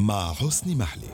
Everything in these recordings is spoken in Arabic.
مع حسني محلي.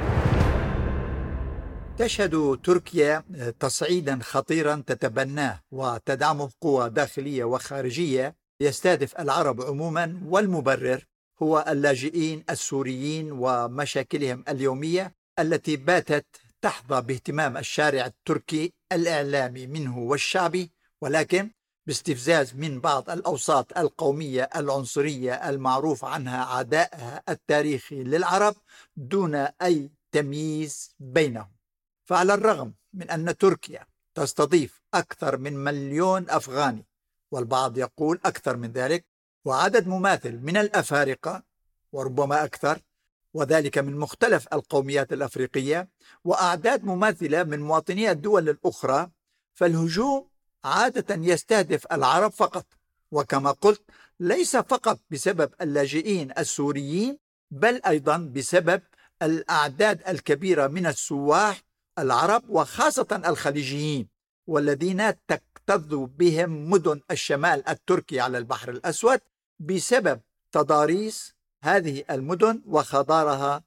تشهد تركيا تصعيدا خطيرا تتبناه وتدعمه قوى داخلية وخارجية يستهدف العرب عموما، والمبرر هو اللاجئين السوريين ومشاكلهم اليومية التي باتت تحظى باهتمام الشارع التركي الإعلامي منه والشعبي، ولكن باستفزاز من بعض الأوساط القومية العنصرية المعروف عنها عدائها التاريخي للعرب دون أي تمييز بينهم. فعلى الرغم من أن تركيا تستضيف أكثر من 1,000,000 أفغاني، والبعض يقول أكثر من ذلك، وعدد مماثل من الأفارقة وربما أكثر، وذلك من مختلف القوميات الأفريقية، وأعداد مماثلة من مواطني الدول الأخرى، فالهجوم عادة يستهدف العرب فقط. وكما قلت، ليس فقط بسبب اللاجئين السوريين، بل أيضا بسبب الأعداد الكبيرة من السواح العرب وخاصة الخليجيين، والذين تكتظ بهم مدن الشمال التركي على البحر الأسود بسبب تضاريس هذه المدن وخضارها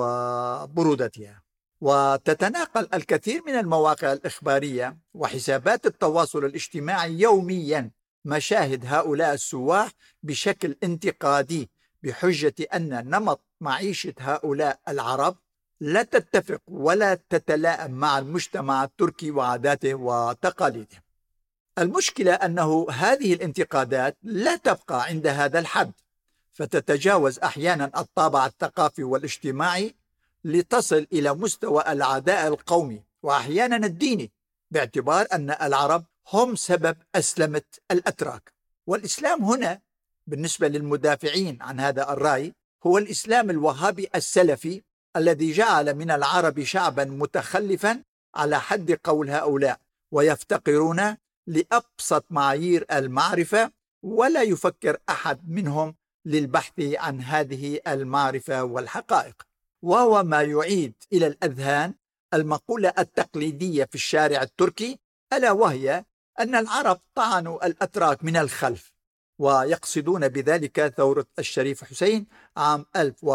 وبرودتها. وتتناقل الكثير من المواقع الإخبارية وحسابات التواصل الاجتماعي يوميا مشاهد هؤلاء السواح بشكل انتقادي، بحجة أن نمط معيشة هؤلاء العرب لا تتفق ولا تتلائم مع المجتمع التركي وعاداته وتقاليده. المشكلة أنه هذه الانتقادات لا تبقى عند هذا الحد، فتتجاوز أحيانا الطابع الثقافي والاجتماعي لتصل إلى مستوى العداء القومي وأحيانا الديني، باعتبار أن العرب هم سبب أسلمة الأتراك. والإسلام هنا بالنسبة للمدافعين عن هذا الرأي هو الإسلام الوهابي السلفي الذي جعل من العرب شعبا متخلفا على حد قول هؤلاء، ويفتقرون لأبسط معايير المعرفة، ولا يفكر أحد منهم للبحث عن هذه المعرفة والحقائق. وهو ما يعيد إلى الأذهان المقولة التقليدية في الشارع التركي، ألا وهي أن العرب طعنوا الأتراك من الخلف، ويقصدون بذلك ثورة الشريف حسين عام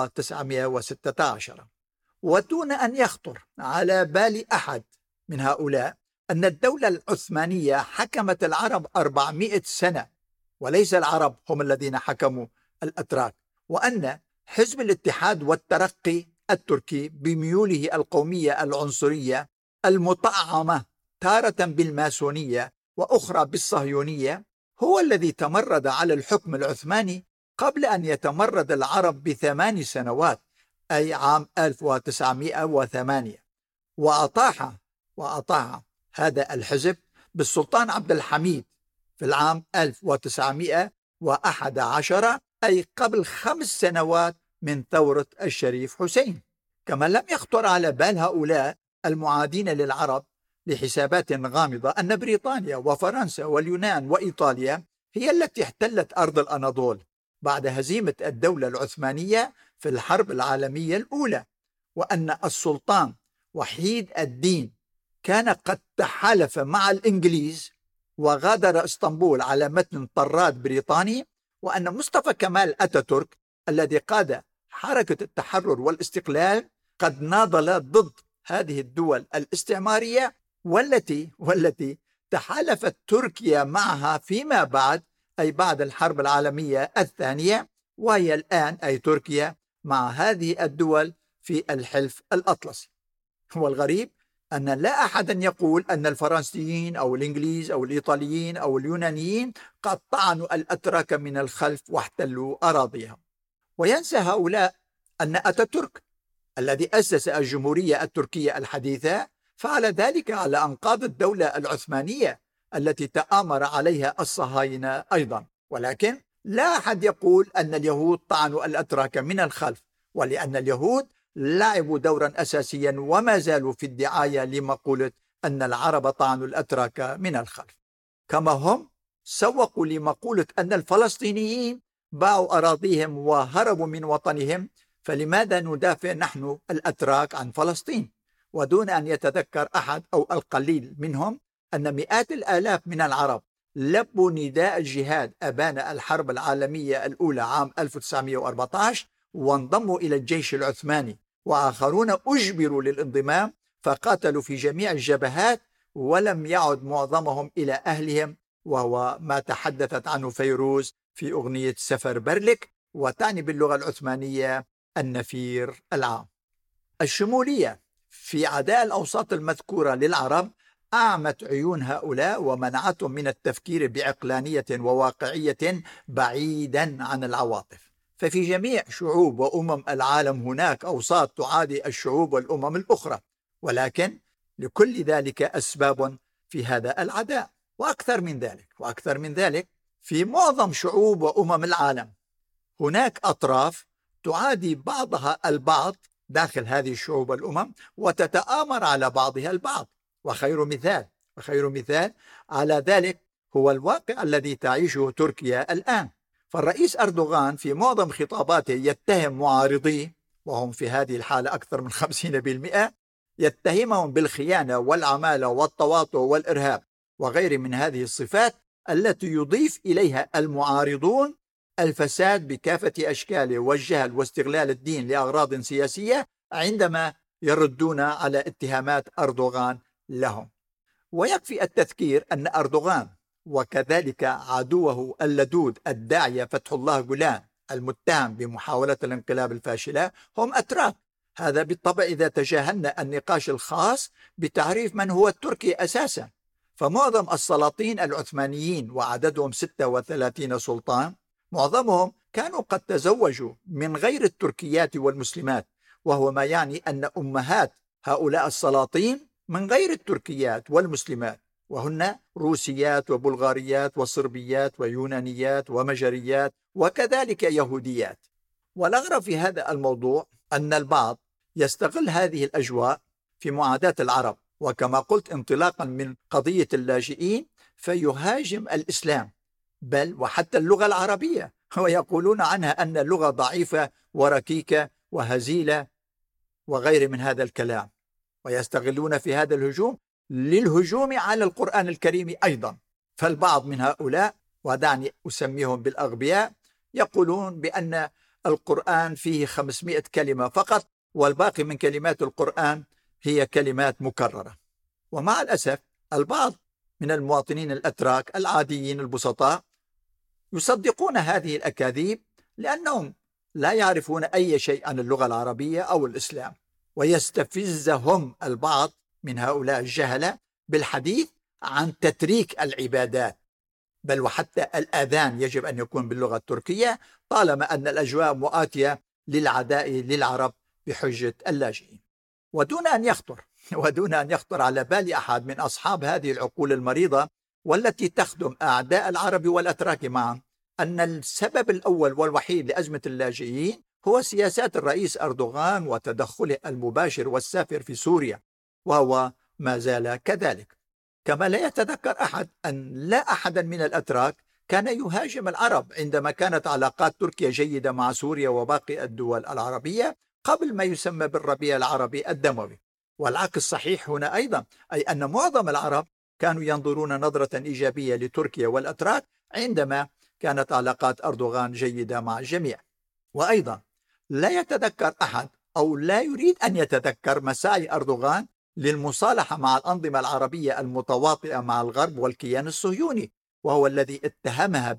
1916. ودون أن يخطر على بال أحد من هؤلاء أن الدولة العثمانية حكمت العرب 400 سنة، وليس العرب هم الذين حكموا الأتراك، وأن حزب الاتحاد والترقي التركي بميوله القومية العنصرية المطعمة تارة بالماسونية وأخرى بالصهيونية هو الذي تمرد على الحكم العثماني قبل أن يتمرد العرب ب8 سنوات، أي عام 1908. وأطاح هذا الحزب بالسلطان عبد الحميد في العام 1911، أي قبل 5 سنوات من ثورة الشريف حسين. كما لم يخطر على بال هؤلاء المعادين للعرب لحسابات غامضة أن بريطانيا وفرنسا واليونان وإيطاليا هي التي احتلت أرض الأناضول بعد هزيمة الدولة العثمانية في الحرب العالمية الأولى، وأن السلطان وحيد الدين كان قد تحالف مع الإنجليز وغادر اسطنبول على متن طراد بريطاني، وأن مصطفى كمال أتاتورك الذي قاد حركة التحرر والاستقلال قد ناضل ضد هذه الدول الاستعمارية والتي تحالفت تركيا معها فيما بعد، أي بعد الحرب العالمية الثانية، وهي الآن أي تركيا مع هذه الدول في الحلف الأطلسي. والغريب أن لا أحد يقول أن الفرنسيين أو الإنجليز أو الإيطاليين أو اليونانيين قد طعنوا الأتراك من الخلف واحتلوا أراضيهم. وينسى هؤلاء أن أتاتورك الذي أسس الجمهورية التركية الحديثة فعل ذلك على أنقاض الدولة العثمانية التي تآمر عليها الصهاينة أيضا. ولكن لا أحد يقول أن اليهود طعنوا الأتراك من الخلف، ولأن اليهود لعبوا دورا أساسيا وما زالوا في الدعاية لمقولة أن العرب طعنوا الأتراك من الخلف، كما هم سوقوا لمقولة أن الفلسطينيين باعوا أراضيهم وهربوا من وطنهم، فلماذا ندافع نحن الأتراك عن فلسطين؟ ودون أن يتذكر أحد أو القليل منهم أن مئات الآلاف من العرب لبوا نداء الجهاد أبان الحرب العالمية الأولى عام 1914، وانضموا إلى الجيش العثماني، وآخرون أجبروا للانضمام فقاتلوا في جميع الجبهات، ولم يعد معظمهم إلى أهلهم، وهو ما تحدثت عنه فيروز في أغنية سفر برلك، وتعني باللغة العثمانية النفير العام. الشمولية في عداء الأوساط المذكورة للعرب أعمت عيون هؤلاء ومنعتهم من التفكير بعقلانية وواقعية بعيدا عن العواطف. ففي جميع شعوب وأمم العالم هناك أوساط تعادي الشعوب والأمم الأخرى، ولكن لكل ذلك أسباب في هذا العداء. وأكثر من ذلك في معظم شعوب وأمم العالم هناك أطراف تعادي بعضها البعض داخل هذه الشعوب والأمم، وتتآمر على بعضها البعض. وخير مثال على ذلك هو الواقع الذي تعيشه تركيا الآن. فالرئيس أردوغان في معظم خطاباته يتهم معارضيه، وهم في هذه الحالة أكثر من 50%، يتهمهم بالخيانة والعمالة والتواطؤ والإرهاب وغير من هذه الصفات التي يضيف إليها المعارضون الفساد بكافة أشكاله والجهل واستغلال الدين لأغراض سياسية عندما يردون على اتهامات أردوغان لهم. ويكفي التذكير أن أردوغان وكذلك عدوه اللدود الداعية فتح الله جولان المتهم بمحاولة الانقلاب الفاشلة هم أتراك. هذا بالطبع إذا تجاهلنا النقاش الخاص بتعريف من هو التركي أساسا. فمعظم السلاطين العثمانيين وعددهم 36 سلطان معظمهم كانوا قد تزوجوا من غير التركيات والمسلمات، وهو ما يعني أن أمهات هؤلاء السلاطين من غير التركيات والمسلمات، وهن روسيات وبلغاريات وصربيات ويونانيات ومجريات وكذلك يهوديات. والأغرب في هذا الموضوع أن البعض يستغل هذه الأجواء في معاداة العرب، وكما قلت انطلاقا من قضية اللاجئين فيهاجم الإسلام بل وحتى اللغة العربية، ويقولون عنها أن اللغة ضعيفة وركيكة وهزيلة وغير من هذا الكلام، ويستغلون في هذا الهجوم للهجوم على القرآن الكريم أيضا. فالبعض من هؤلاء، ودعني أسميهم بالأغبياء، يقولون بأن القرآن فيه 500 كلمة فقط، والباقي من كلمات القرآن هي كلمات مكررة. ومع الأسف البعض من المواطنين الأتراك العاديين البسطاء يصدقون هذه الأكاذيب لأنهم لا يعرفون أي شيء عن اللغة العربية أو الإسلام، ويستفزهم البعض من هؤلاء الجهلة بالحديث عن تتريك العبادات، بل وحتى الأذان يجب أن يكون باللغة التركية طالما أن الأجواء مؤاتية للعداء للعرب بحجة اللاجئين. ودون أن يخطر على بال أحد من أصحاب هذه العقول المريضة والتي تخدم أعداء العرب والأتراك معا أن السبب الأول والوحيد لأزمة اللاجئين هو سياسات الرئيس أردوغان وتدخله المباشر والسافر في سوريا، وهو ما زال كذلك. كما لا يتذكر أحد أن لا أحدا من الأتراك كان يهاجم العرب عندما كانت علاقات تركيا جيدة مع سوريا وباقي الدول العربية قبل ما يسمى بالربيع العربي الدموي. والعكس صحيح هنا أيضا، أي أن معظم العرب كانوا ينظرون نظرة إيجابية لتركيا والأتراك عندما كانت علاقات أردوغان جيدة مع الجميع. وأيضا لا يتذكر أحد أو لا يريد أن يتذكر مساعي أردوغان للمصالحة مع الأنظمة العربية المتواطئة مع الغرب والكيان الصهيوني، وهو الذي اتهمها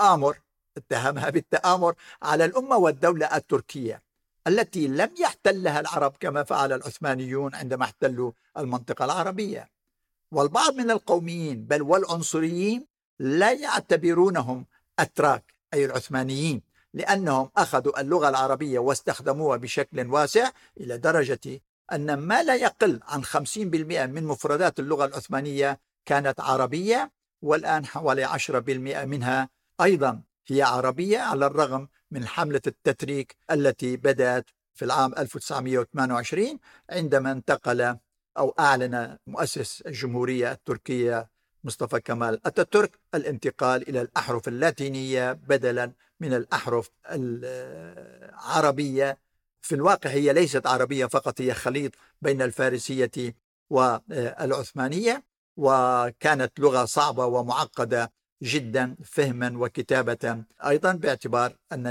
بالتآمر على الأمة والدولة التركية التي لم يحتلها العرب كما فعل العثمانيون عندما احتلوا المنطقة العربية. والبعض من القوميين بل والعنصريين لا يعتبرونهم أتراك أي العثمانيين، لأنهم أخذوا اللغة العربية واستخدموها بشكل واسع إلى درجة أن ما لا يقل عن 50% من مفردات اللغة العثمانية كانت عربية، والآن حوالي 10% منها أيضا هي عربية، على الرغم من حملة التتريك التي بدأت في العام 1928 عندما انتقل أو أعلن مؤسس الجمهورية التركية مصطفى كمال أتاتورك الانتقال إلى الأحرف اللاتينية بدلا من الأحرف العربية. في الواقع هي ليست عربية فقط، هي خليط بين الفارسية والعثمانية، وكانت لغة صعبة ومعقدة جدا فهما وكتابة أيضا، باعتبار أنني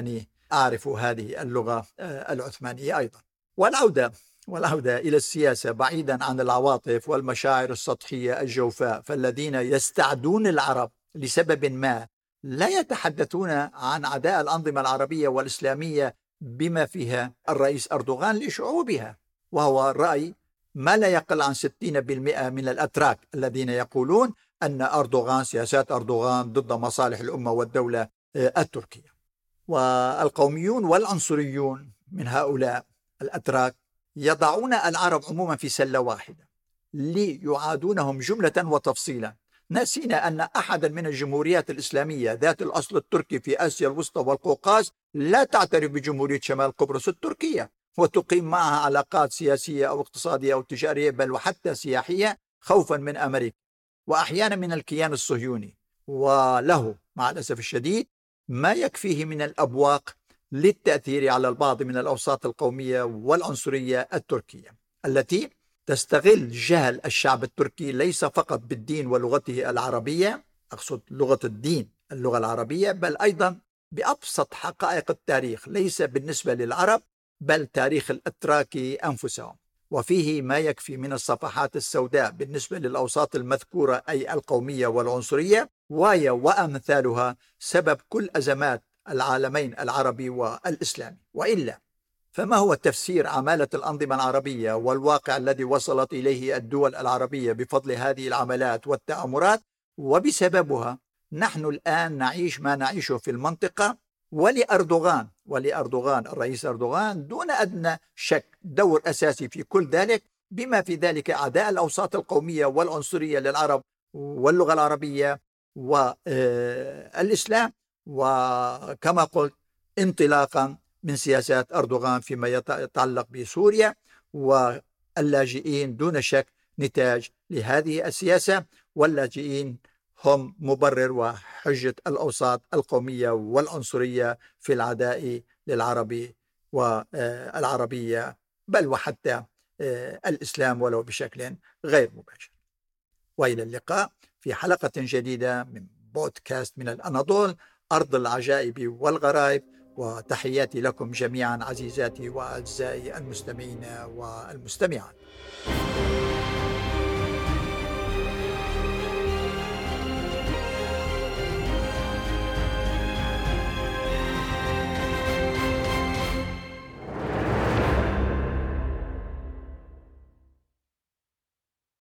أعرف هذه اللغة العثمانية أيضا. والعودة إلى السياسة بعيدا عن العواطف والمشاعر السطحية الجوفاء، فالذين يستعدون العرب لسبب ما لا يتحدثون عن عداء الأنظمة العربية والإسلامية بما فيها الرئيس أردوغان لشعوبها، وهو رأي ما لا يقل عن 60% من الأتراك الذين يقولون أن سياسات أردوغان ضد مصالح الأمة والدولة التركية. والقوميون والعنصريون من هؤلاء الأتراك يضعون العرب عموما في سلة واحدة ليعادونهم جملة وتفصيلا، ناسين أن أحدا من الجمهوريات الإسلامية ذات الأصل التركي في آسيا الوسطى والقوقاز لا تعترف بجمهورية شمال قبرص التركية وتقيم معها علاقات سياسية أو اقتصادية أو تجارية بل وحتى سياحية خوفا من أمريكا وأحيانا من الكيان الصهيوني، وله مع الأسف الشديد ما يكفيه من الأبواق للتأثير على البعض من الأوساط القومية والعنصرية التركية التي تستغل جهل الشعب التركي ليس فقط بالدين ولغته العربية، أقصد لغة الدين اللغة العربية، بل أيضا بأبسط حقائق التاريخ ليس بالنسبة للعرب بل تاريخ الأتراكي أنفسهم، وفيه ما يكفي من الصفحات السوداء بالنسبة للأوساط المذكورة أي القومية والعنصرية، وهي وأمثالها سبب كل أزمات العالمين العربي والإسلامي. وإلا فما هو تفسير عمالة الأنظمة العربية والواقع الذي وصلت إليه الدول العربية بفضل هذه العملات والتآمرات؟ وبسببها نحن الآن نعيش ما نعيشه في المنطقة، ولأردوغان الرئيس أردوغان دون أدنى شك دور أساسي في كل ذلك، بما في ذلك أعداء الأوساط القومية والعنصرية للعرب واللغة العربية والإسلام، وكما قلت انطلاقا من سياسات أردوغان فيما يتعلق بسوريا، واللاجئين دون شك نتاج لهذه السياسة، واللاجئين هم مبرر وحجة الأوساط القومية والعنصرية في العداء للعرب والعربية بل وحتى الإسلام ولو بشكل غير مباشر. وإلى اللقاء في حلقة جديدة من بودكاست من الأناضول، أرض العجائب والغرائب، وتحياتي لكم جميعا عزيزاتي وأعزائي المستمعين والمستمعات.